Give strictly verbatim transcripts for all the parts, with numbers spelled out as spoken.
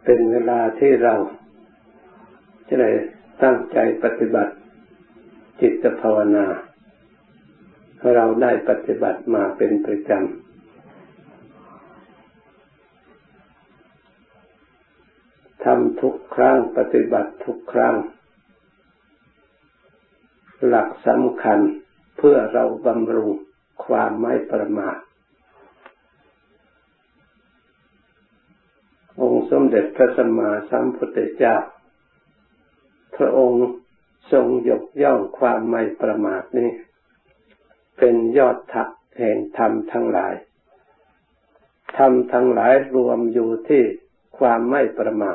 เป็นเวลาที่เราจะได้ตั้งใจปฏิบัติจิตภาวนาเราได้ปฏิบัติมาเป็นประจำทำทุกครั้งปฏิบัติทุกครั้งหลักสำคัญเพื่อเราบำรุงความไม่ประมาทองค์สมเด็จพระสัมมาสัมพุทธเจ้าพระองค์ทรงยกย่องความไม่ประมาทนี้เป็นยอดทัพแห่งธรรมทั้งหลายธรรมทั้งหลายรวมอยู่ที่ความไม่ประมาท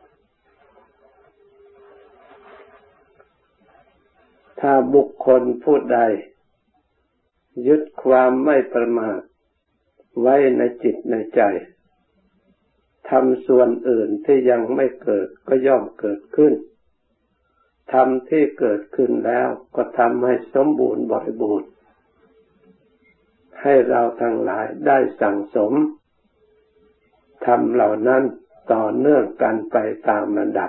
ถ้าบุคคลผู้ใดยึดความไม่ประมาทไว้ในจิตในใจทำส่วนอื่นที่ยังไม่เกิดก็ย่อมเกิดขึ้นทำที่เกิดขึ้นแล้วก็ทำให้สมบูรณ์บริบูรณ์ให้เราทั้งหลายได้สั่งสมทำเหล่านั้นต่อเนื่องกันไปตามลำดับ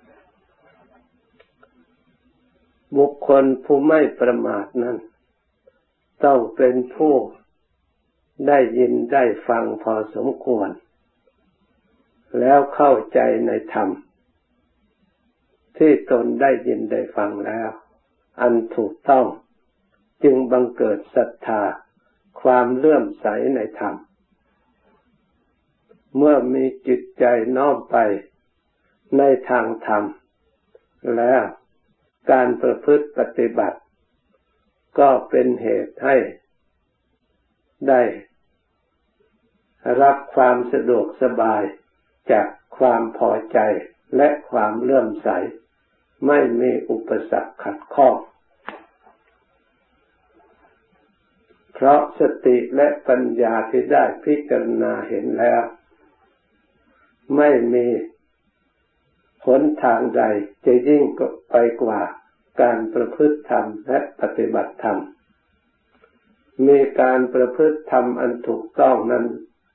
บุคคลผู้ไม่ประมาทนั้นต้องเป็นผู้ได้ยินได้ฟังพอสมควรแล้วเข้าใจในธรรมที่ตนได้ยินได้ฟังแล้วอันถูกต้องจึงบังเกิดศรัทธาความเลื่อมใสในธรรมเมื่อมีจิตใจน้อมไปในทางธรรมแล้วการประพฤติปฏิบัติก็เป็นเหตุให้ได้รับความสะดวกสบายจากความพอใจและความเลื่อมใสไม่มีอุปสรรคขัดข้องเพราะสติและปัญญาที่ได้พิจารณาเห็นแล้วไม่มีหนทางใดจะยิ่งไปกว่าการประพฤติธรรมและปฏิบัติธรรมมีการประพฤติธรรมอันถูกต้องนั้น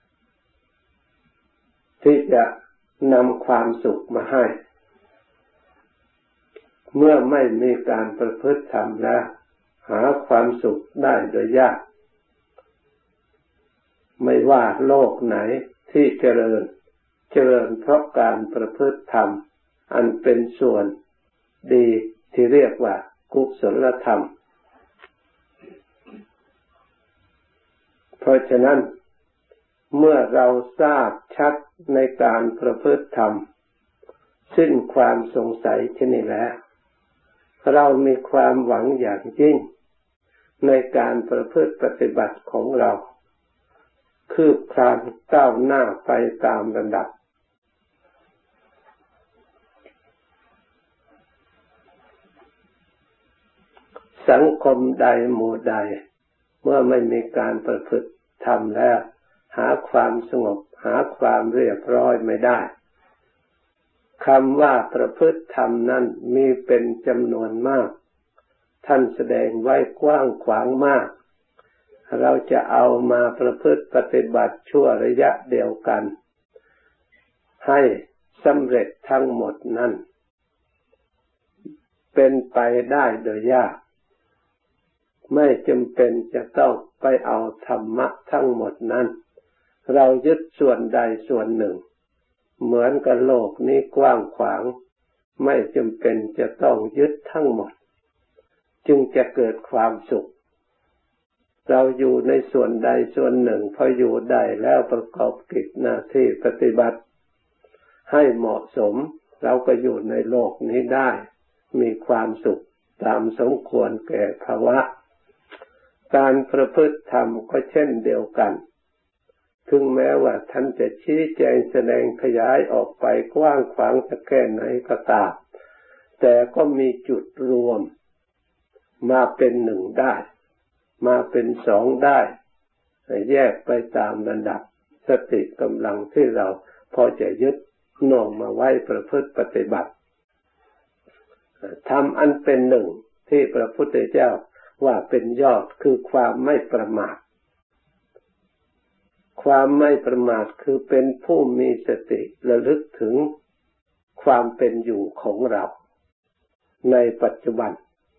ที่จะนำความสุขมาให้เมื่อไม่มีการประพฤติธรรมแล้วหาความสุขได้โดยยากไม่ว่าโลกไหนที่เจริญเจริญเพราะการประพฤติธรรมอันเป็นส่วนดีที่เรียกว่ากุศลธรรมเพราะฉะนั้นเมื่อเราทราบชัดในการประพฤติธรรมสิ้นความสงสัยเช่นนี้แล้วเรามีความหวังอย่างยิ่งในการประพฤติปฏิบัติของเราคืบคลานก้าวหน้าไปตามลำดับสังคมใดหมู่ใดเมื่อไม่มีการประพฤติธรรมแล้วหาความสงบหาความเรียบร้อยไม่ได้คำว่าประพฤติธรรมนั้นมีเป็นจำนวนมากท่านแสดงไว้กว้างขวางมากเราจะเอามาประพฤติปฏิบัติชั่วระยะเดียวกันให้สำเร็จทั้งหมดนั้นเป็นไปได้โดยยากไม่จำเป็นจะต้องไปเอาธรรมะทั้งหมดนั้นเรายึดส่วนใดส่วนหนึ่งเหมือนกับโลกนี้กว้างขวางไม่จำเป็นจะต้องยึดทั้งหมดจึงจะเกิดความสุขเราอยู่ในส่วนใดส่วนหนึ่งพออยู่ได้แล้วประกอบกิจหน้าที่ปฏิบัติให้เหมาะสมเราก็อยู่ในโลกนี้ได้มีความสุขตามสมควรแก่ภาวะการประพฤติธรรมก็เช่นเดียวกันถึงแม้ว่าท่านจะชี้แจงแสดงขยายออกไปกว้างขวางจะแค่ไหนก็ตามแต่ก็มีจุดรวมมาเป็นหนึ่งได้มาเป็นสองได้แยกไปตามระดับสติกำลังที่เราพอจะยึดโน้มมาไว้ประพฤติปฏิบัติธรรมอันเป็นหนึ่งที่พระพุทธเจ้าว่าเป็นยอดคือความไม่ประมาทความไม่ประมาทคือเป็นผู้มีสติระลึกถึงความเป็นอยู่ของเราในปัจจุบัน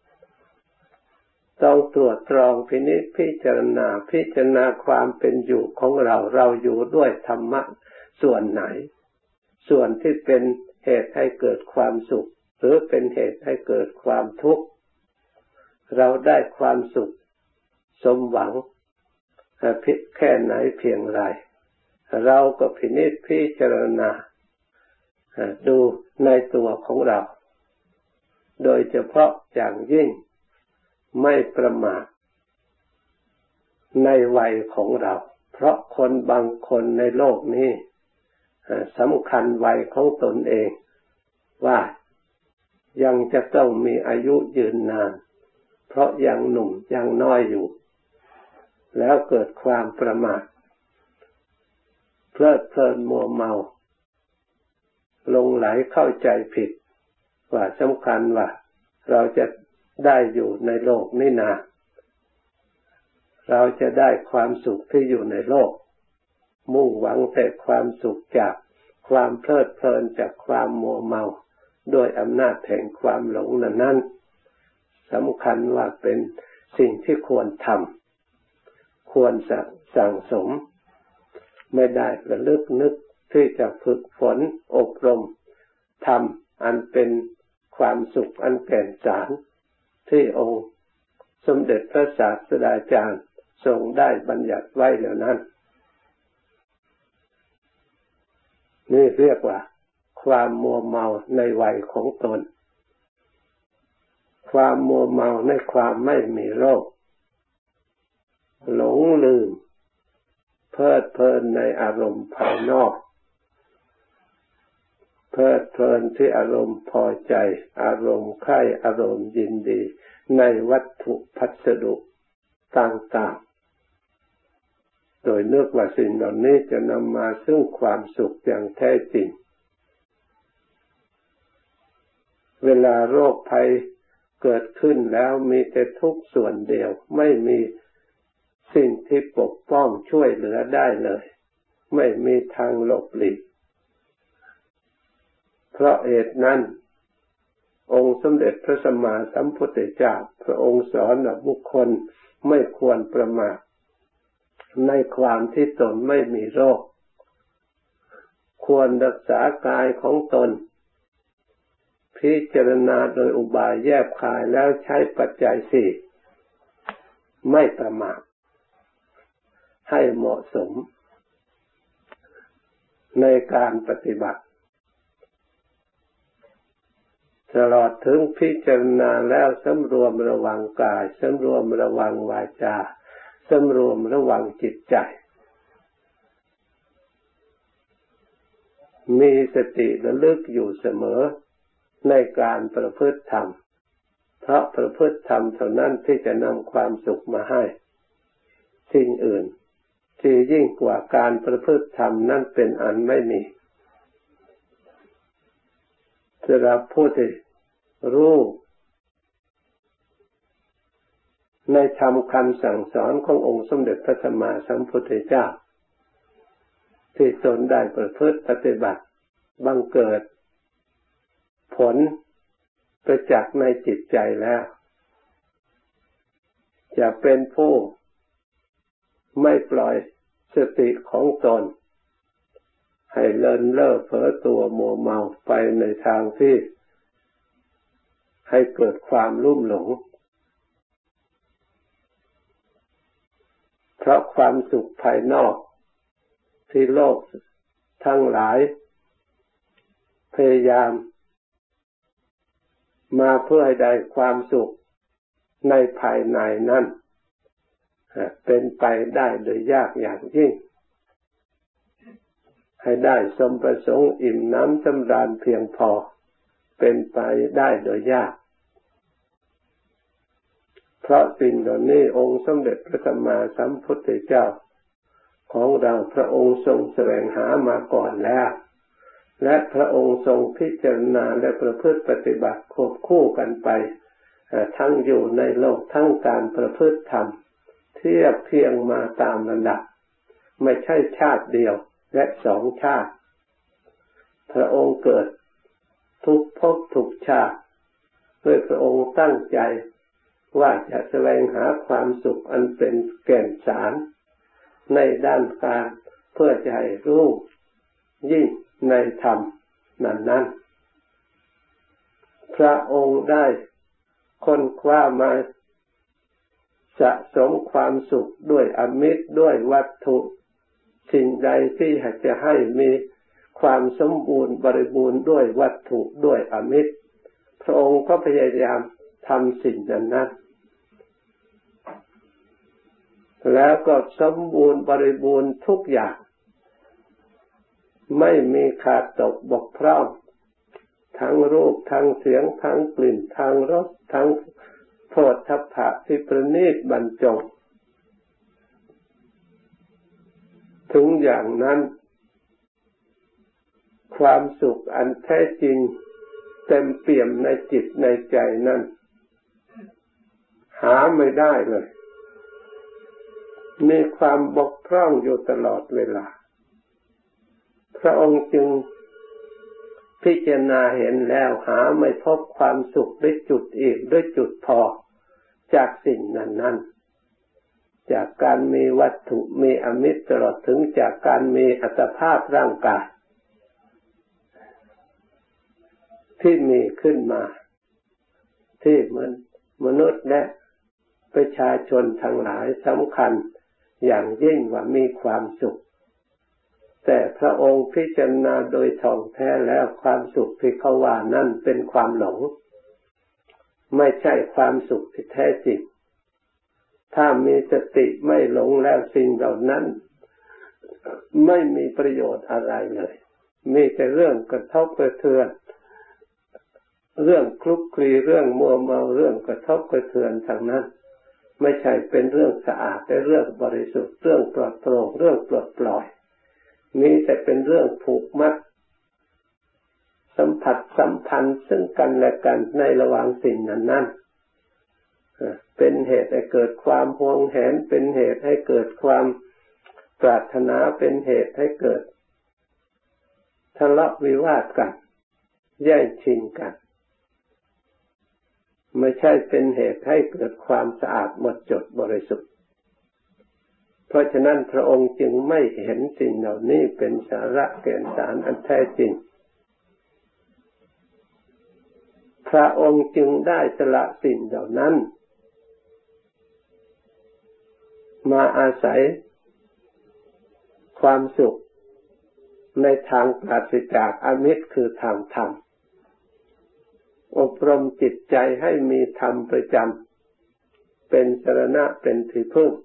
ต้องตรวจตรองพินิจพิจารณาพิจารณาความเป็นอยู่ของเราเราอยู่ด้วยธรรมะส่วนไหนส่วนที่เป็นเหตุให้เกิดความสุขหรือเป็นเหตุให้เกิดความทุกข์เราได้ความสุขสมหวังแค่ไหนเพียงไรเราก็พินิจพิจารณาดูในตัวของเราโดยเฉพาะอย่างยิ่งไม่ประมาทในวัยของเราเพราะคนบางคนในโลกนี้สำคัญวัยของตนเองว่ายังจะต้องมีอายุยืนนานเพราะยังหนุ่มยังน้อยอยู่แล้วเกิดความประมาทเพลิดเพลินมัวเมาหลงไหลเข้าใจผิดว่าสำคัญว่าเราจะได้อยู่ในโลกนี้นานเราจะได้ความสุขที่อยู่ในโลกมุ่งหวังแต่ความสุขจากความเพลิดเพลินจากความมัวเมาโดยอำนาจแห่งความหลงนั้นสำคัญว่าเป็นสิ่งที่ควรทำควรสั่งสมไม่ได้ระลึกนึกที่จะฝึกฝนอบรมทำอันเป็นความสุขอันแก่นสารที่องค์สมเด็จพระศาสดาจารย์ทรงได้บัญญัติไว้แล้วนั้นนี่เรียกว่าความมัวเมาในวัยของตนความมัวเมาในความไม่มีโรคหลงลืมเพลิดเพลินในอารมณ์ภายนอกเพลิดเพลินที่อารมณ์พอใจอารมณ์ใคร่อารมณ์ยินดีในวัตถุพัสดุต่างๆโดยนึกว่าสิ่งเหล่านี้จะนำมาซึ่งความสุขอย่างแท้จริงเวลาโรคภัยเกิดขึ้นแล้วมีแต่ทุกข์ส่วนเดียวไม่มีสิ่งที่ปกป้องช่วยเหลือได้เลยไม่มีทางหลบหลีกเพราะเหตุนั้นองค์สมเด็จพระสัมมาสัมพุทธเจ้าพระองค์สอนว่าบุคคลไม่ควรประมาทในความที่ตนไม่มีโรคควรรักษากายของตนพิจารณาโดยอุบายแยบคายแล้วใช้ปัจจัยสี่ไม่ประมาทให้เหมาะสมในการปฏิบัติตลอดถึงพิจารณาแล้วสำรวมระวังกายสำรวมระวังวาจาสำรวมระวังจิตใจมีสติระลึกอยู่เสมอในการประพฤติธรรมเพราะประพฤติธรรมเท่านั้นที่จะนำความสุขมาให้สิ่งอื่นที่ยิ่งกว่าการประพฤติธรรมนั้นเป็นอันไม่มีสำหรับผู้ที่รู้ในธรรมคำสั่งสอนขององค์สมเด็จพระสัมมาสัมพุทธเจ้าที่ตนได้ประพฤติปฏิบัติบังเกิดผลประจักษ์ในจิตใจแล้วจะเป็นผู้ไม่ปล่อยสติของตนให้เลินเล่อเผลอตัวมัวเมาไปในทางที่ให้เกิดความลุ่มหลงเพราะความสุขภายนอกที่โลกทั้งหลายพยายามมาเพื่อให้ได้ความสุขในภายในนั้นเป็นไปได้โดยยากอย่างยิ่งให้ได้สมประสงค์อิ่มน้ำสำราญเพียงพอเป็นไปได้โดยยากเพราะสิ่งเหล่านี้องค์สมเด็จพระสัมมาสัมพุทธเจ้าของเราพระองค์ทรงแสวงหามาก่อนแล้วและพระองค์ทรงพิจารณาและประพฤติปฏิบัติควบคู่กันไปทั้งอยู่ในโลกทั้งการประพฤติธรรมเทียบเทียงมาตามระดับไม่ใช่ชาติเดียวและสองชาติพระองค์เกิดทุกภพทุกชาติด้วยพระองค์ตั้งใจว่าจะแสวงหาความสุขอันเป็นแก่นสารในด้านการเพื่อจะให้รู้ยิ่งในธรรมนั้นนั้นพระองค์ได้ค้นคว้ามาสะสมความสุขด้วยอมิตรด้วยวัตถุสิ่งใดที่จะให้มีความสมบูรณ์บริบูรณ์ด้วยวัตถุด้วยอมิตรพระองค์ก็พยายามทำสิ่งนั้นนั้นแล้วก็สมบูรณ์บริบูรณ์ทุกอย่างไม่มีขาดตกบกพร่องทั้งรูปทั้งเสียงทั้งกลิ่นทั้งรสทั้งโผฏฐัพพะที่ประณีตบรรจงถึงอย่างนั้นความสุขอันแท้จริงเต็มเปี่ยมในจิตในใจนั้นหาไม่ได้เลยมีความบกพร่องอยู่ตลอดเวลาพระองค์จึงพิจารณาเห็นแล้วหาไม่พบความสุขด้วยจุดอีกด้วยจุดพอจากสิ่งนั้นนั้นจากการมีวัตถุมีอมิตรตลอดถึงจากการมีอัตภาพร่างกายที่มีขึ้นมาที่เหมือนมนุษย์และประชาชนทั้งหลายสำคัญอย่างยิ่งว่ามีความสุขแต่พระองค์พิจารณาโดยท่องแท้แล้วความสุขที่เขาว่านั่นเป็นความหลงไม่ใช่ความสุขที่แท้จริงถ้ามีสติไม่หลงแล้วสิ่งเหล่านั้นไม่มีประโยชน์อะไรเลยมีแต่เรื่องกระทบกระเทือนเรื่องคลุกคลีเรื่องมัวเมาเรื่องกระทบกระเทือนทางนั้นไม่ใช่เป็นเรื่องสะอาดแต่เรื่องบริสุทธิ์เรื่องปลอดโปร่งเรื่องปลดปล่อยมีแต่เป็นเรื่องผูกมัดสัมผัสสัมพันธ์ซึ่งกันและกันในระหว่างสิ่งนั้นนั้นเป็นเหตุให้เกิดความหวงแหนเป็นเหตุให้เกิดความปรารถนาเป็นเหตุให้เกิดทะเลาะวิวาทกันแย่งชิงกันไม่ใช่เป็นเหตุให้เกิดความสะอาดหมดจดบริสุทธิ์เพราะฉะนั้นพระองค์จึงไม่เห็นสิ่งเหล่านี้เป็นสาระแก่นสารอันแท้จริงพระองค์จึงได้สละสิ่งเหล่านั้นมาอาศัยความสุขในทางปราศจากอมิตรคือทางธรรมอบรมจิตใจให้มีธรรมประจำเป็นสรณะเป็นที่พึ่ง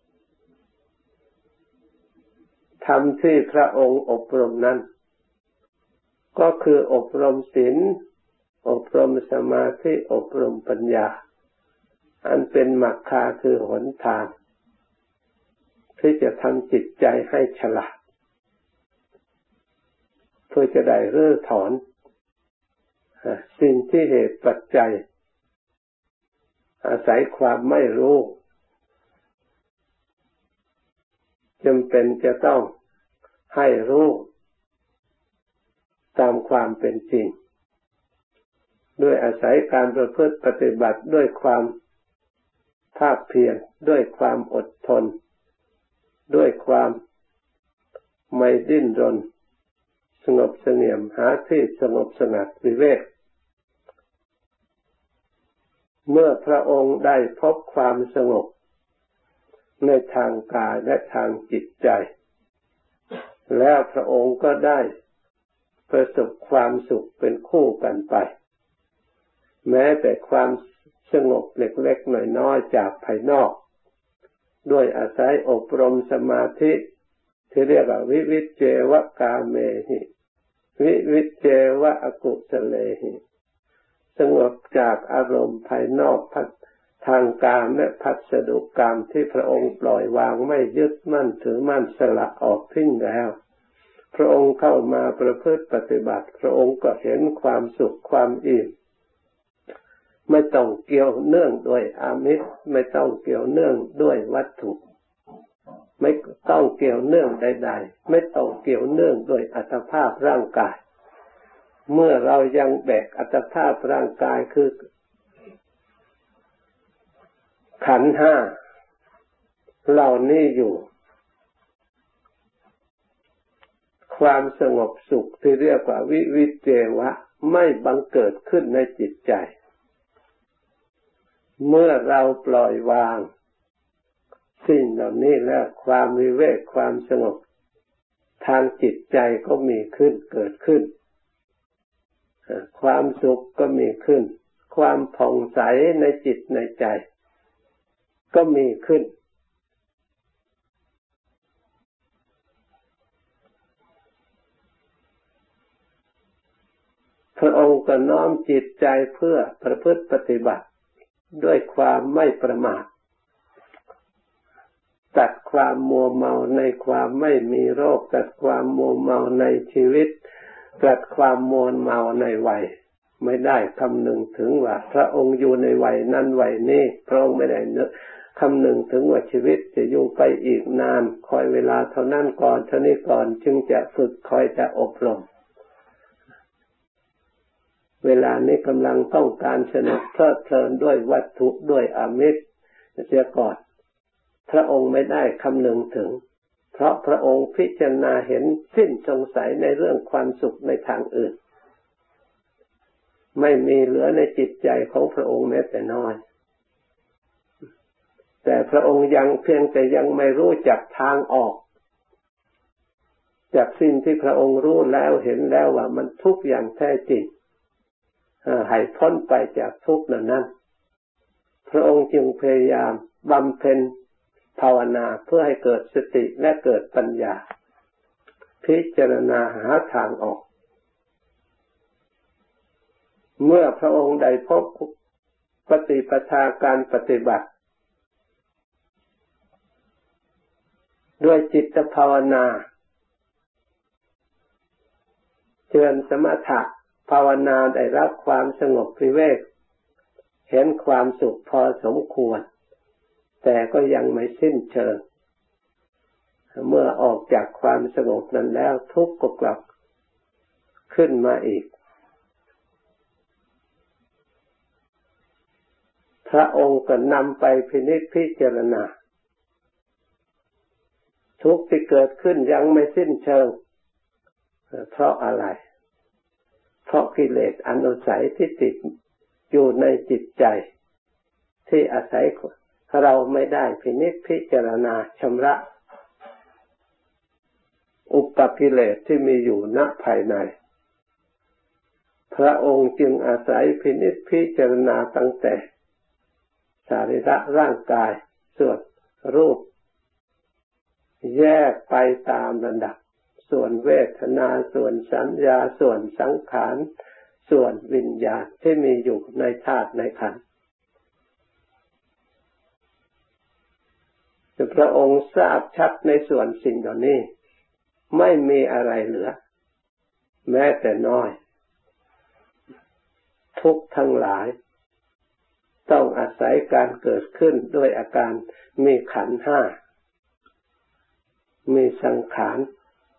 ธรรมที่พระองค์อบรมนั้นก็คืออบรมศีลอบรมสมาธิอบรมปัญญาอันเป็นมรรคาคือหนทางที่จะทำจิตใจให้ฉลาดเพื่อจะได้รื้อถอนสิ่งที่เหตุปัจจัยอาศัยความไม่รู้จำเป็นจะต้องให้รู้ตามความเป็นจริงด้วยอาศัยการประพฤติปฏิบัติด้วยความภาคเพียรด้วยความอดทนด้วยความไม่ดิ้นรนสงบเสงี่ยมหาที่สงบสงัดวิเวกเมื่อพระองค์ได้พบความสงบในทางกายและทางจิตใจแล้วพระองค์ก็ได้ประสบความสุขเป็นคู่กันไปแม้แต่ความสงบเล็กๆน้อยๆจากภายนอกด้วยอาศัยอบรมสมาธิที่เรียกว่าวิวิจเจวกาเมหิวิวิจเจวะอกุศเลหิสงบจากอารมณ์ภายนอกทางกามและพัสดุกรรมที่พระองค์ปล่อยวางไม่ยึดมั่นถือมั่นสละออกทิ้งแล้วพระองค์เข้ามาประพฤติปฏิบัติพระองค์ก็เห็นความสุขความอิ่มไม่ต้องเกี่ยวเนื่องด้วยอามิสไม่ต้องเกี่ยวเนื่องด้วยวัตถุไม่ต้องเกี่ยวเนื่องใดๆไม่ต้องเกี่ยวเนื่องโดยอัตภาพร่างกายเมื่อเรายังแบกอัตภาพร่างกายคือขันธ์ห้าเหล่านี้อยู่ความสงบสุขที่เรียกว่าวิวิเจวะไม่บังเกิดขึ้นในจิตใจเมื่อเราปล่อยวางสิ่งเหล่านี้แล้วความวิเวกความสงบทางจิตใจก็มีขึ้นเกิดขึ้นความสุขก็มีขึ้นความผ่องใสในจิตในใจก็มีขึ้นพระองค์ก็น้อมจิตใจเพื่อประพฤติปฏิบัติด้วยความไม่ประมาทตัดความมัวเมาในความไม่มีโรคตัดความมัวเมาในชีวิตตัดความมัวเมาในวัยไม่ได้คำนึงถึงว่าพระองค์อยู่ในวัยนั้นวัยนี้พระองค์ไม่ได้นึกคำนึงถึงว่าชีวิตจะอยู่ไปอีกนานคอยเวลาเท่านั้นก่อนเท่านี้ก่อนจึงจะฝึกคอยจะอบรมเวลานี้กำลังต้องการสนุกเพลิดเพลินด้วยวัตถุด้วยอามิสเสียก่อนพระองค์ไม่ได้คำนึงถึงเพราะพระองค์พิจารณาเห็นสิ้นสงสัยในเรื่องความสุขในทางอื่นไม่มีเหลือในจิตใจของพระองค์แม้แต่น้อยแต่พระองค์ยังเพียงแต่ยังไม่รู้จักทางออกจากสิ่งที่พระองค์รู้แล้วเห็นแล้วว่ามันทุกข์อย่างแท้จริงให้พ้นไปจากทุกข์นั้นพระองค์จึงพยายามบำเพ็ญภาวนาเพื่อให้เกิดสติและเกิดปัญญาพิจารณาหาทางออกเมื่อพระองค์ได้พบปฏิปทาการปฏิบัติด้วยจิตภาวนาเจริญสมถะภาวนาได้รับความสงบวิเวกเห็นความสุขพอสมควรแต่ก็ยังไม่สิ้นเชิงเมื่อออกจากความสงบนั้นแล้วทุกข์ก็กลับขึ้นมาอีกพระองค์ก็นำไปพินิจพิจารณาทุกข์ที่เกิดขึ้นยังไม่สิ้นเชิงเพราะอะไรเพราะกิเลสอนุสัยที่ติดอยู่ในจิตใจที่อาศัยเราไม่ได้พินิจพิจารณาชำระอุปกิเลสที่มีอยู่ณภายในพระองค์จึงอาศัยพินิจพิจารณาตั้งแต่สรีระร่างกายส่วนรูปแยกไปตามระดับส่วนเวทนาส่วนสัญญาส่วนสังขารส่วนวิญญาณที่มีอยู่ในธาตุในขันธ์พระองค์ทราบชัดในส่วนสิ่งเหล่านี้ไม่มีอะไรเหลือแม้แต่น้อยทุกข์ทั้งหลายต้องอาศัยการเกิดขึ้นด้วยอาการมีขันธ์ห้ามีสังขาร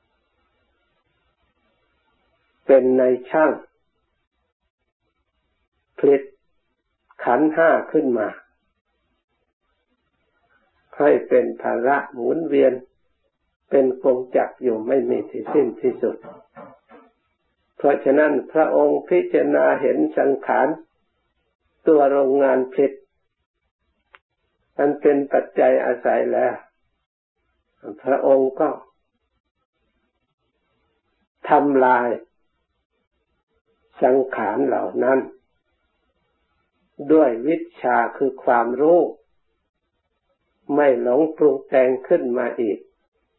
เป็นในช่างผลิตขันธ์ห้าขึ้นมาให้เป็นภาระหมุนเวียนเป็นกงจักรอยู่ไม่มีที่สิ้นที่สุดเพราะฉะนั้นพระองค์พิจารณาเห็นสังขารตัวโรงงานผลิตอันเป็นปัจจัยอาศัยแล้วพระองค์ก็ทำลายสังขารเหล่านั้นด้วยวิชชาคือความรู้ไม่หลงปรุงแต่งขึ้นมาอีก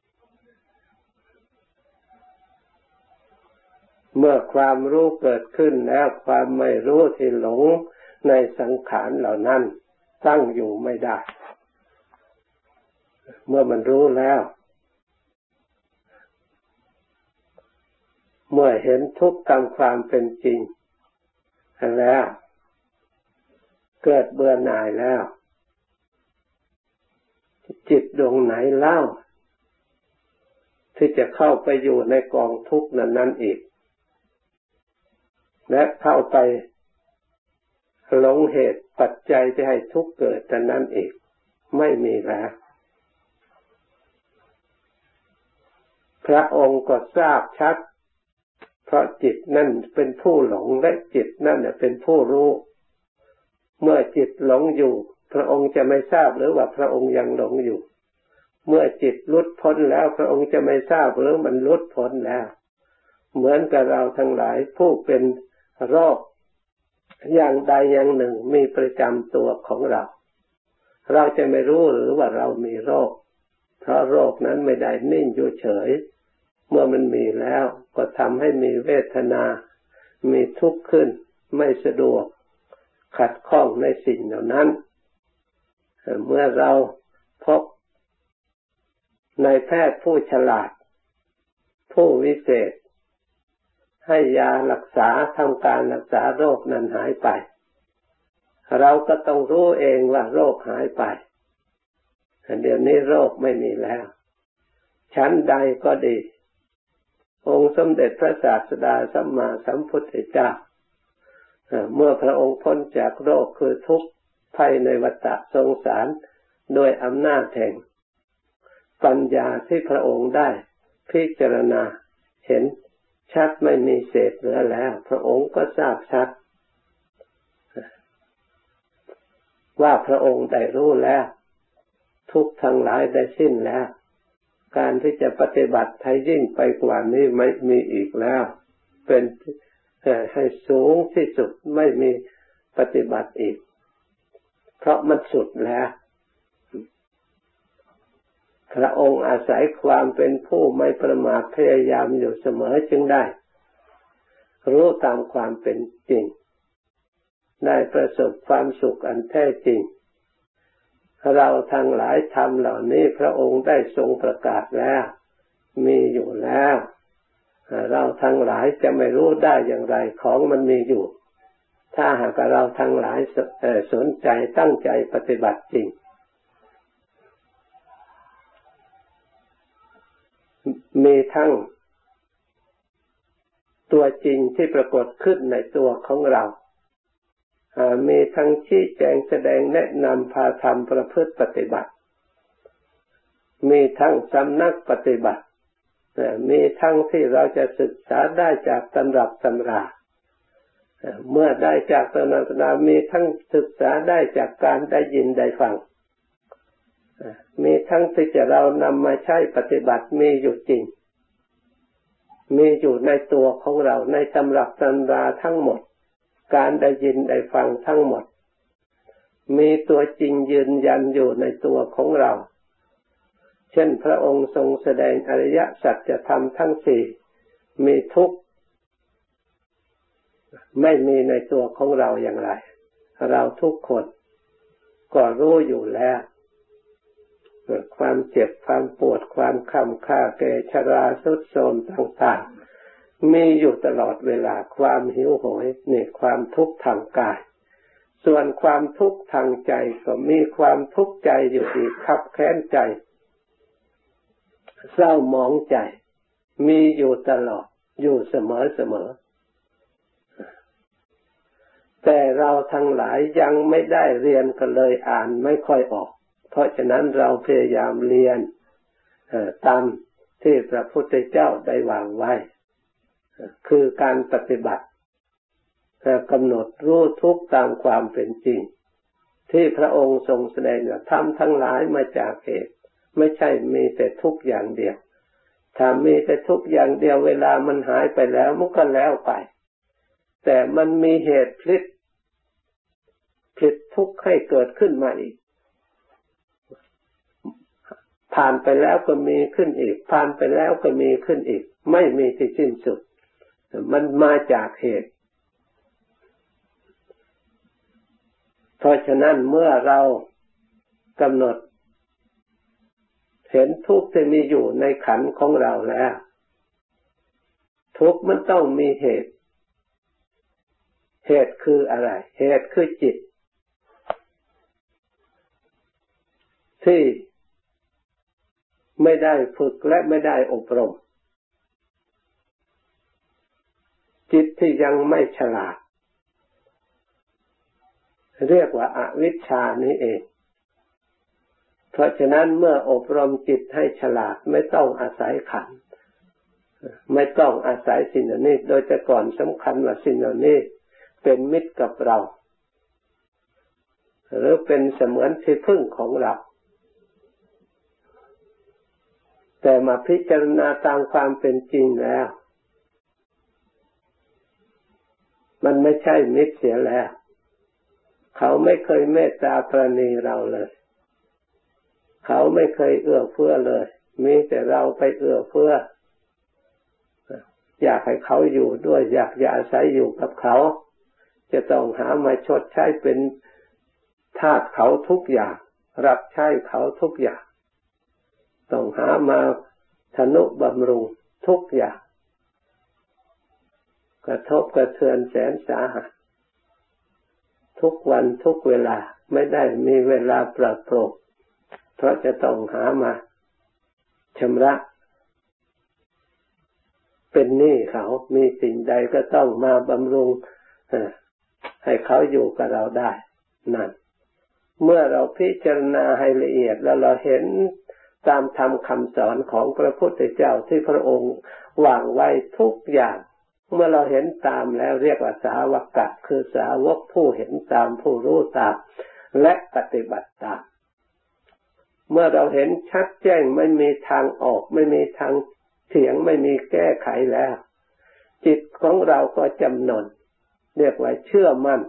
เมื่อความรู้เกิดขึ้นแล้วความไม่รู้ที่หลงในสังขารเหล่านั้นตั้งอยู่ไม่ได้เมื่อมันรู้แล้วเมื่อเห็นทุกข์ตามความเป็นจริงแล้วเกิดเบื่อหน่ายแล้วจิตดวงไหนเล่าที่จะเข้าไปอยู่ในกองทุกข์นั้นนั่นอีกและเข้าไปหลงเหตุปัจจัยที่ให้ทุกข์เกิดนั้นนั่นอีกไม่มีแล้วพระองค์ก็ทราบชัดเพราะจิตนั่นเป็นผู้หลงและจิตนั่นเป็นผู้รู้เมื่อจิตหลงอยู่พระองค์จะไม่ทราบหรือว่าพระองค์ยังหลงอยู่เมื่อจิตหลุดพ้นแล้วพระองค์จะไม่ทราบหรือมันหลุดพ้นแล้วเหมือนกับเราทั้งหลายผู้เป็นโรคอย่างใดอย่างหนึ่งมีประจำตัวของเราเราจะไม่รู้หรือว่าเรามีโรคเพราะโรคนั้นไม่ได้นิ่งอยู่เฉยเมื่อมันมีแล้วก็ทำให้มีเวทนามีทุกข์ขึ้นไม่สะดวกขัดข้องในสิ่งเหล่านั้นเมื่อเราพบนายแพทย์ผู้ฉลาดผู้วิเศษให้ยารักษาทำการรักษาโรคนั้นหายไปเราก็ต้องรู้เองว่าโรคหายไปเดี๋ยวนี้โรคไม่มีแล้วชั้นใดก็ดีองค์สมเด็จพระศาสดาสัมมาสัมพุทธเจ้าเมื่อพระองค์พ้นจากโรคคือทุกข์ภัยในวัฏสงสารโดยอำนาจแห่งปัญญาที่พระองค์ได้พิจารณาเห็นชัดไม่มีเศษเหลือแล้วพระองค์ก็ทราบชัดว่าพระองค์ได้รู้แล้วทุกข์ทั้งหลายได้สิ้นแล้วการที่จะปฏิบัติให้ยิ่งไปกว่านี้ไม่มีอีกแล้วเป็นให้สูงที่สุดไม่มีปฏิบัติอีกเพราะมันสุดแล้วพระองค์อาศัยความเป็นผู้ไม่ประมาทพยายามอยู่เสมอจึงได้รู้ตามความเป็นจริงได้ประสบความสุขอันแท้จริงเราทั้งหลายธรรมเหล่านี้พระองค์ได้ทรงประกาศแล้วมีอยู่แล้วเราทั้งหลายจะไม่รู้ได้อย่างไรของมันมีอยู่ถ้าหากเราทั้งหลายสนใจตั้งใจปฏิบัติจริงมีทั้งตัวจริงที่ปรากฏขึ้นในตัวของเรามีทั้งชี้แจงแสดงแนะนำพาธรรมประพฤติปฏิบัติมีทั้งสำนักปฏิบัติมีทั้งที่เราจะศึกษาได้จากตำรับตำราเมื่อได้จากตำรับตำรามีทั้งศึกษาได้จากการได้ยินได้ฟังมีทั้งที่จะเรานำมาใช้ปฏิบัติมีอยู่จริงมีอยู่ในตัวของเราในตำรับตำราทั้งหมดการได้ยินได้ฟังทั้งหมดมีตัวจริงยืนยันอยู่ในตัวของเราเช่นพระองค์ทรงแสดงอริยสัจธรรมทั้งสี่มีทุกข์ไม่มีในตัวของเราอย่างไรเราทุกคนก็รู้อยู่แล้วความเจ็บความปวดความค้ำค่าแก่ชราทรุดโทรมต่างๆมีอยู่ตลอดเวลาความหิวโหยนี่ความทุกข์ทางกายส่วนความทุกข์ทางใจก็มีความทุกข์ใจอยู่อีกขับแค้นใจเศร้าหมองใจมีอยู่ตลอดอยู่เสมอเสมอแต่เราทั้งหลายยังไม่ได้เรียนกันเลยอ่านไม่ค่อยออกเพราะฉะนั้นเราพยายามเรียนตามที่พระพุทธเจ้าได้วางไว้คือการปฏิบัติกำหนดรู้ทุกข์ตามความเป็นจริงที่พระองค์ทรงแสดงว่าธรรมทั้งหลายมาจากเหตุไม่ใช่มีแต่ทุกข์อย่างเดียวถ้ามีแต่ทุกข์อย่างเดียวเวลามันหายไปแล้วมันก็แล้วไปแต่มันมีเหตุพลิกพลิกทุกข์ให้เกิดขึ้นมาอีกผ่านไปแล้วก็มีขึ้นอีกผ่านไปแล้วก็มีขึ้นอีกไม่มีที่สิ้นสุดมันมาจากเหตุเพราะฉะนั้นเมื่อเรากำหนดเห็นทุกข์ที่มีอยู่ในขันธ์ของเราแล้วทุกข์มันต้องมีเหตุเหตุคืออะไรเหตุคือจิตที่ไม่ได้ฝึกและไม่ได้อบรมจิตที่ยังไม่ฉลาดเรียกว่าอวิชชานี้เองเพราะฉะนั้นเมื่ออบรมจิตให้ฉลาดไม่ต้องอาศัยขันธ์ไม่ต้องอาศัยสิ่งนี้โดยแต่ก่อนสำคัญว่าสิ่งนี้เป็นมิตรกับเราหรือเป็นเสมือนที่พึ่งของเราแต่มาพิจารณาตามความเป็นจริงแล้วมันไม่ใช่มิตรเสียแล้วเขาไม่เคยเมตตาปราณีเราเลยเขาไม่เคยเอื้อเฟื้อเลยมีแต่เราไปเอื้อเฟื้ออยากให้เขาอยู่ด้วยอยากจะอาศัยอยู่กับเขาจะต้องหามาชดใช้เป็นทาสเขาทุกอย่างรับใช้เขาทุกอย่างต้องหามาทนุบำรุงทุกอย่างกระทบกระเทือนแสนสาหัสทุกวันทุกเวลาไม่ได้มีเวลาปลอดโปร่งเพราะจะต้องหามาชำระเป็นหนี้เขามีสิ่งใดก็ต้องมาบำรุงให้เขาอยู่กับเราได้นั่นเมื่อเราพิจารณาให้ละเอียดแล้วเราเห็นตามธรรมคำสอนของพระพุทธเจ้าที่พระองค์วางไว้ทุกอย่างเมื่อเราเห็นตามแล้วเรียกว่าสาวกะคือสาวกผู้เห็นตามผู้รู้ตามและปฏิบัติตามเมื่อเราเห็นชัดแจ้งไม่มีทางออกไม่มีทางเถียงไม่มีแก้ไขแล้วจิตของเราก็จำนนเรียกว่าเชื่อมั่น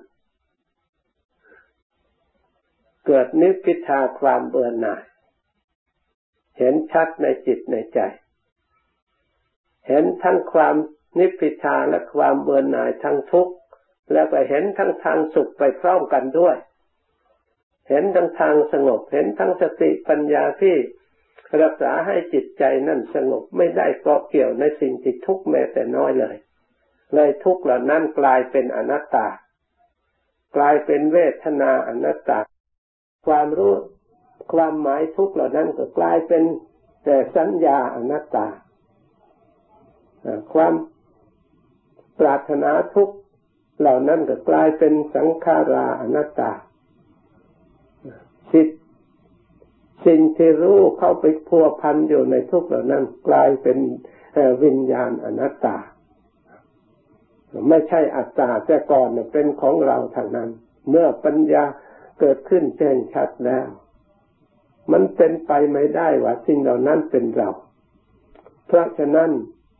เกิดนิพพิทาความเบื่อหน่ายเห็นชัดในจิตในใจเห็นทั้งความนิพพิทาและความเบื่อหน่ายทั้งทุกข์แล้วก็เห็นทั้งทางสุขไปพร้อมกันด้วยเห็นทั้งทางสงบเห็นทั้งสติปัญญาที่รักษาให้จิตใจนั่นสงบไม่ได้เกาะเกี่ยวในสิ่งที่ทุกข์แม้แต่น้อยเลยเลยทุกข์เหล่านั้นกลายเป็นอนัตตากลายเป็นเวทนาอนัตตาความรู้ความหมายทุกข์เหล่านั้นก็กลายเป็นแต่สัญญาอนัตตาความปรารถนาทุกข์เหล่านั้นก็กลายเป็นสังขาราอนัตตาจิตสิ่งที่รู้เข้าไปพัวพันอยู่ในทุกข์เหล่านั้นกลายเป็นวิญญาณอนัตตาไม่ใช่อัตตาแต่ก่อนเป็นของเราทางนั้นเมื่อปัญญาเกิดขึ้นแจ้งชัดแล้วมันเป็นไปไม่ได้ว่าสิ่งเหล่านั้นเป็นเราเพราะฉะนั้น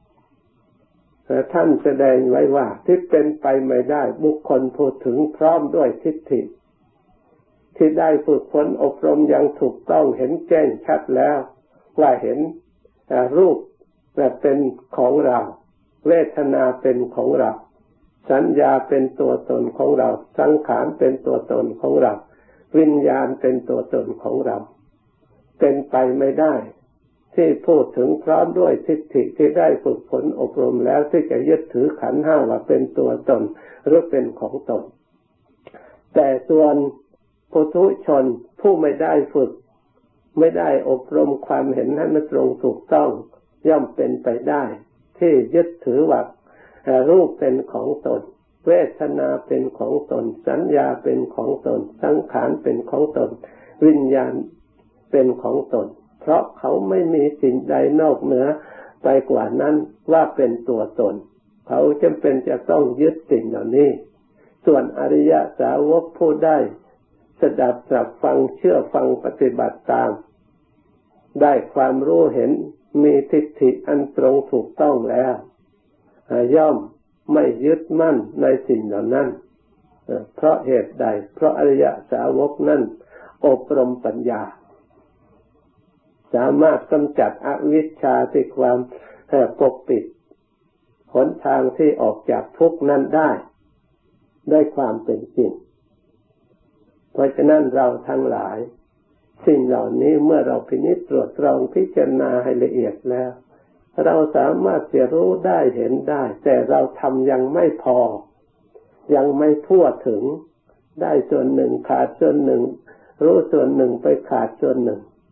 ท่านแสดงไว้ว่าที่เป็นไปไม่ได้บุคคลพูดถึงพร้อมด้วยทิฏฐิที่ได้ฝึกฝนอบรมอย่างถูกต้องเห็นแจ้งชัดแล้วว่าเห็นรูปเป็นของเราเวทนาเป็นของเราสัญญาเป็นตัวตนของเราสังขารเป็นตัวตนของเราวิญญาณเป็นตัวตนของเราเป็นไปไม่ได้ที่พูดถึงพร้อมด้วยทิฏฐิที่ได้ฝึกฝนอบรมแล้วที่จะยึดถือขันธ์ห้าว่าเป็นตัวตนหรือเป็นของตนแต่ส่วนปุถุชนผู้ไม่ได้ฝึกไม่ได้อบรมความเห็นให้มันตรงถูกต้องย่อมเป็นไปได้ที่ยึดถือว่ารูปเป็นของตนเวทนาเป็นของตนสัญญาเป็นของตนสังขารเป็นของตนวิญญาณเป็นของตนเพราะเขาไม่มีสิ่งใดนอกเหนือไปกว่านั้นว่าเป็นตัวตนเขาจำเป็นจะต้องยึดสิ่งเหล่านี้ส่วนอริยสาวกผู้ได้สดับตรับฟังเชื่อฟังปฏิบัติตามได้ความรู้เห็นมีทิฏฐิอันตรงถูกต้องแล้วย่อมไม่ยึดมั่นในสิ่งเหล่านั้นเพราะเหตุใดเพราะอริยสาวกนั้นอบรมปัญญาสามารถกำจัดอวิชชาที่ความปกปิดหนทางที่ออกจากทุกข์นั้นได้ด้วยความเป็นจริงเพราะฉะนั้นเราทั้งหลายสิ่งเหล่านี้เมื่อเราพินิจตรวจตรองพิจารณาให้ละเอียดแล้วเราสามารถจะรู้ได้เห็นได้แต่เราทำยังไม่พอยังไม่ทั่วถึงได้ส่วนหนึ่งขาดส่วนหนึ่งรู้ส่วนหนึ่งไปขาดส่วนหนึ่ง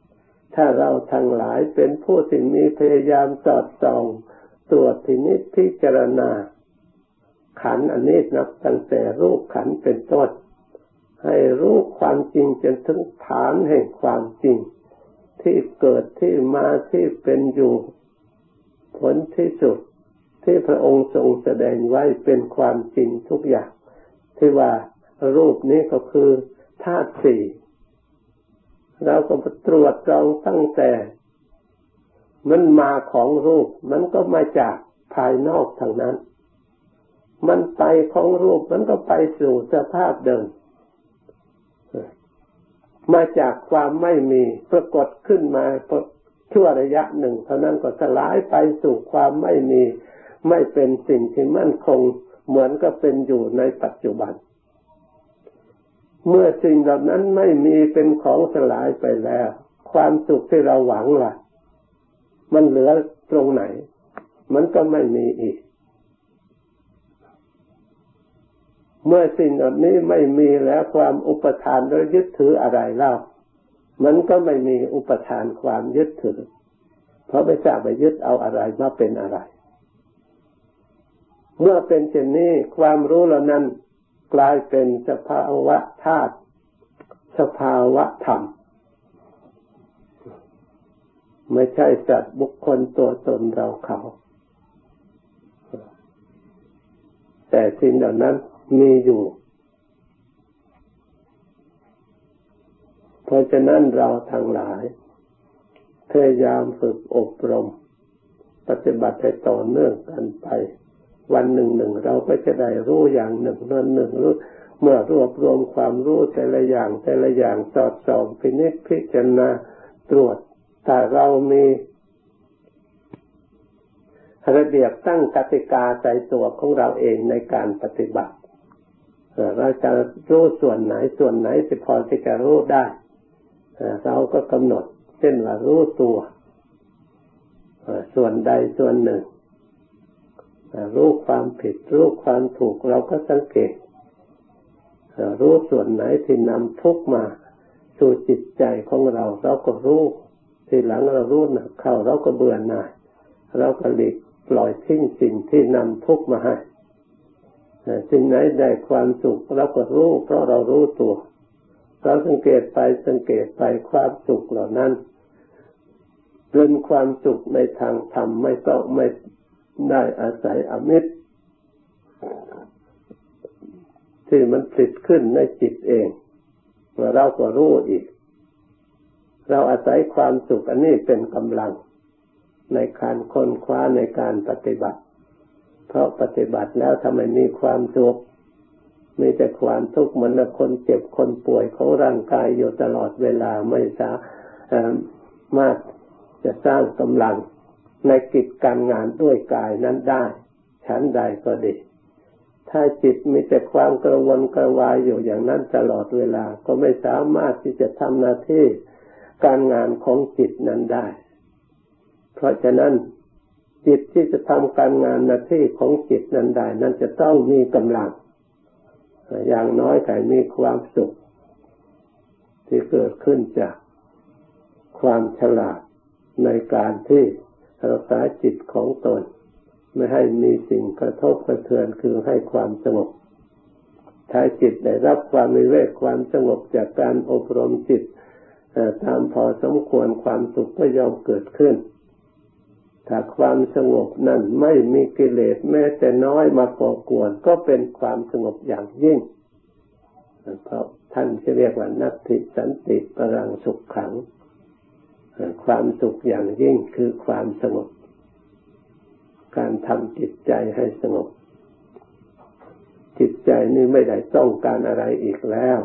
ถ้าเราทั้งหลายเป็นผู้ที่มีพยายามสอดส่องตรวจพินิจพิจารณาขันธ์อันนี้นับตั้งแต่รูปขันธ์เป็นต้นให้รู้ความจริงจนถึงฐานแห่งความจริงที่เกิดที่มาที่เป็นอยู่ผลที่สุดที่พระองค์ทรงแสดงไว้เป็นความจริงทุกอย่างที่ว่ารูปนี้ก็คือธาตุสี่เราก็ตรวจสอบตั้งแต่มันมาของรูปมันก็มาจากภายนอกทางนั้นมันไปของรูปมันก็ไปสู่สภาพเดิมมาจากความไม่มีปรากฏขึ้นมาชั่วระยะหนึ่งเท่านั้นก็สลายไปสู่ความไม่มีไม่เป็นสิ่งที่มั่นคงเหมือนกับเป็นอยู่ในปัจจุบันเมื่อสิ่งเหล่านั้นไม่มีเป็นของสลายไปแล้วความสุขที่เราหวังล่ะมันเหลือตรงไหนมันก็ไม่มีอีกเมื่อสิ่งเหล่านี้ไม่มีแล้วความอุปทานหรือยึดถืออะไรเล่ามันก็ไม่มีอุปทานความยึดถือเพราะไม่ทราบว่ายึดเอาอะไรมาเป็นอะไรเมื่อเป็นเช่นนี้ความรู้เหล่านั้นกลายเป็นสภาวะธาตุสภาวะธรรมไม่ใช่สัตว์บุคคลตัวตนเราเขาแต่สิ่งเหล่านั้นมีอยู่เพราะฉะนั้นเราทั้งหลายพยายามฝึกอบรมปฏิบัติให้ต่อเนื่องกันไปวันหนึ่งหนึ่งเราก็จะได้รู้อย่างหนึ่งนั่นหนึ่งรู้เมื่อรวบรวมความรู้แต่ละอย่างแต่ละอย่างสอดส่องพินิจพิจารณาตรวจถ้าเรามีระเบียบตั้งกติกาใจตัวของเราเองในการปฏิบัติเราจะรู้ส่วนไหนส่วนไหนที่พอที่จะรู้ได้เราก็กำหนดเช่นว่ารู้ตัวส่วนใดส่วนหนึ่งรู้ความผิดรู้ความถูกเราก็สังเกตรู้ส่วนไหนที่นำทุกข์มาสู่จิตใจของเราเราก็รู้ทีหลังเรารู้หนักเข้าเราก็เบื่อหน่ายเราก็หลีกปล่อยทิ้งสิ่งที่นำทุกข์มาให้สิ่งไหนได้ความสุขเราก็รู้เพราะเรารู้ตัวเราสังเกตไปสังเกตไปความสุขเหล่านั้นเป็นความสุขในทางธรรมไม่ต้องไม่ได้อาศัยอมิตรที่มันผลิตขึ้นในจิตเองเราก็รู้อีกเราอาศัยความสุขอันนี้เป็นกำลังในการค้นคว้าในการปฏิบัติเพราะปฏิบัติแล้วถ้าไม่มีความสุขมีแต่ความทุกข์เหมือนคนเจ็บคนป่วยของร่างกายอยู่ตลอดเวลาไม่สามารถจะสร้างกำลังในกิจการงานด้วยกายนั้นได้ชั้นใดก็ดีถ้าจิตมีแต่ความกระวนกระวายอยู่อย่างนั้นตลอดเวลาก็ไม่สามารถที่จะทำหน้าที่การงานของจิตนั้นได้เพราะฉะนั้นจิตที่จะทำการงานหน้าที่ของจิตนั้นได้นั้นจะต้องมีกำลังอย่างน้อยก็มีความสุขที่เกิดขึ้นจากความฉลาดในการที่รักษาจิตของตนไม่ให้มีสิ่งกระทบกระเทือนคือให้ความสงบถ้าจิตได้รับความวิเวกความสงบจากการอบรมจิตตามพอสมควรความสุขก็ย่อมเกิดขึ้นถ้าความสงบนั้นไม่มีกิเลสแม้แต่น้อยมาก่อกวนก็เป็นความสงบอย่างยิ่งเพราะท่านจะเรียกว่านัตถิสันติปรังสุขขังความสุขอย่างยิ่งคือความสงบการทำจิตใจให้สงบจิตใจนี่ไม่ได้ต้องการอะไรอีกแล้ว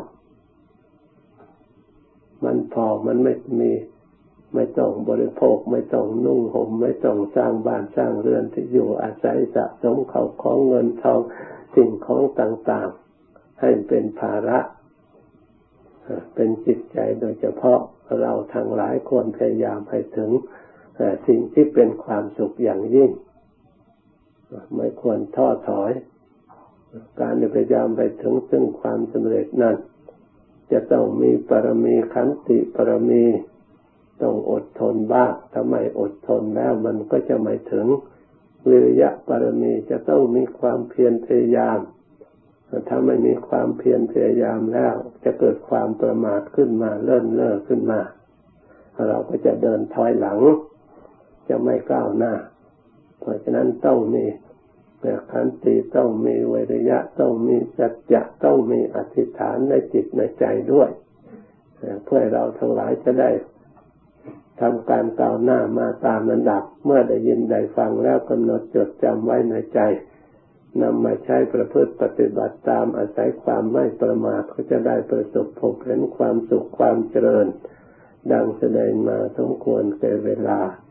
มันพอมันไม่มีไม่ต้องบริโภคไม่ต้องนุ่งห่มไม่ต้องสร้างบ้านสร้างเรือนที่อยู่อาศัยสะสมเข้าของเงินทองสิ่งของต่างๆให้เป็นภาระเป็นจิตใจโดยเฉพาะเราทั้งหลายควรพยายามให้ถึงสิ่งที่เป็นความสุขอย่างยิ่งไม่ควรท้อถอยการพยายามไปถึงซึ่งความสำเร็จนั้นจะต้องมีปรมีขันติปรมีต้องอดทนบ้างถ้าไม่อดทนแล้วมันก็จะไม่ถึงวิริยะบารมีจะต้องมีความเพียรพยายามถ้าไม่มีความเพียรพยายามแล้วจะเกิดความประมาทขึ้นมาเลิ่นเล่อขึ้นมาเราก็จะเดินถอยหลังจะไม่ก้าวหน้าเพราะฉะนั้นต้องมีขันติต้องมีวิริยะต้องมีสัจจะต้องมีอธิษฐานในจิตในใจด้วยเพื่อเราทั้งหลายจะได้ทำการก้าวหน้ามาตามลำดับเมื่อได้ยินได้ฟังแล้วกำหนดจดจำไว้ในใจนำมาใช้ประพฤติปฏิบัติตามอาศัยความไม่ประมาทก็จะได้ประสบพบเห็นความสุขความเจริญดังแสดงมาสมควรแก่เวลา